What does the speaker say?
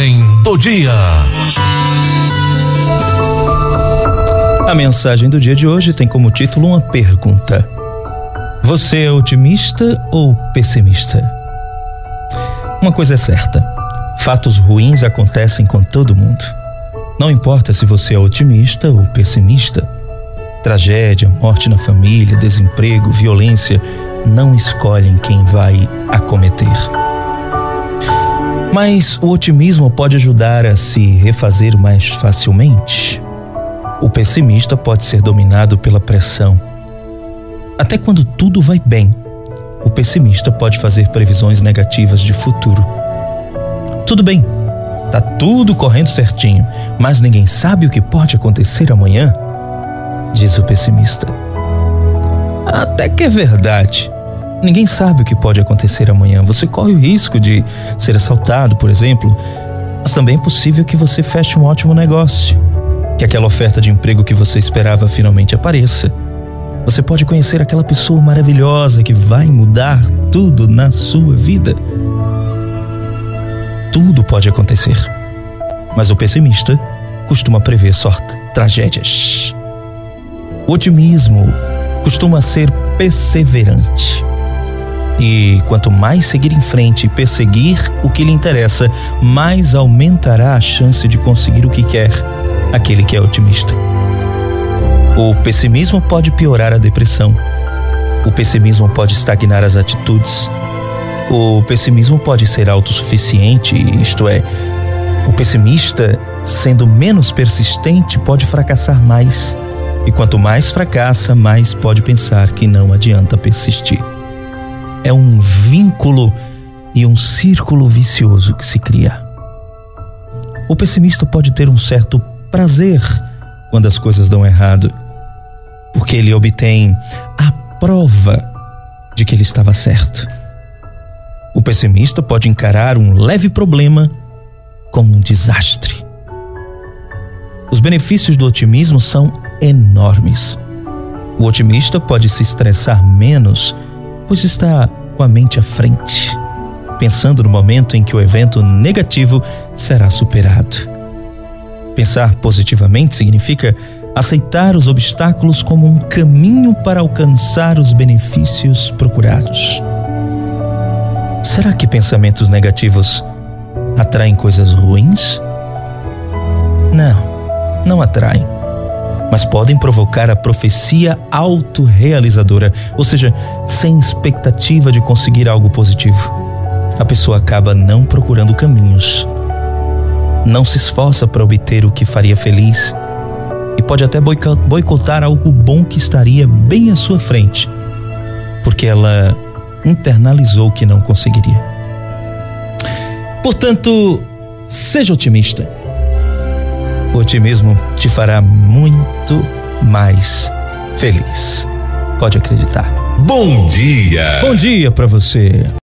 Mensagem do dia. A mensagem do dia de hoje tem como título uma pergunta: você é otimista ou pessimista? Uma coisa é certa: fatos ruins acontecem com todo mundo. Não importa se você é otimista ou pessimista. Tragédia, morte na família, desemprego, violência não escolhem quem vai acometer. Mas o otimismo pode ajudar a se refazer mais facilmente. O pessimista pode ser dominado pela pressão. Até quando tudo vai bem, o pessimista pode fazer previsões negativas de futuro. Tudo bem, tá tudo correndo certinho, mas ninguém sabe o que pode acontecer amanhã, diz o pessimista. Até que é verdade. Ninguém sabe o que pode acontecer amanhã. Você corre o risco de ser assaltado, por exemplo, mas também é possível que você feche um ótimo negócio, que aquela oferta de emprego que você esperava finalmente apareça. Você pode conhecer aquela pessoa maravilhosa que vai mudar tudo na sua vida. Tudo pode acontecer, mas o pessimista costuma prever só tragédias. O otimismo costuma ser perseverante. E quanto mais seguir em frente e perseguir o que lhe interessa, mais aumentará a chance de conseguir o que quer aquele que é otimista. O pessimismo pode piorar a depressão. O pessimismo pode estagnar as atitudes. O pessimismo pode ser autossuficiente, isto é, o pessimista, sendo menos persistente, pode fracassar mais. E quanto mais fracassa, mais pode pensar que não adianta persistir. É um vínculo e um círculo vicioso que se cria. O pessimista pode ter um certo prazer quando as coisas dão errado, porque ele obtém a prova de que ele estava certo. O pessimista pode encarar um leve problema como um desastre. Os benefícios do otimismo são enormes. O otimista pode se estressar menos, pois está com a mente à frente, pensando no momento em que o evento negativo será superado. Pensar positivamente significa aceitar os obstáculos como um caminho para alcançar os benefícios procurados. Será que pensamentos negativos atraem coisas ruins? Não atraem, mas podem provocar a profecia autorrealizadora, ou seja, sem expectativa de conseguir algo positivo. A pessoa acaba não procurando caminhos, não se esforça para obter o que faria feliz e pode até boicotar algo bom que estaria bem à sua frente, porque ela internalizou que não conseguiria. Portanto, seja otimista. O otimismo te fará muito mais feliz. Pode acreditar. Bom dia! Bom dia para você!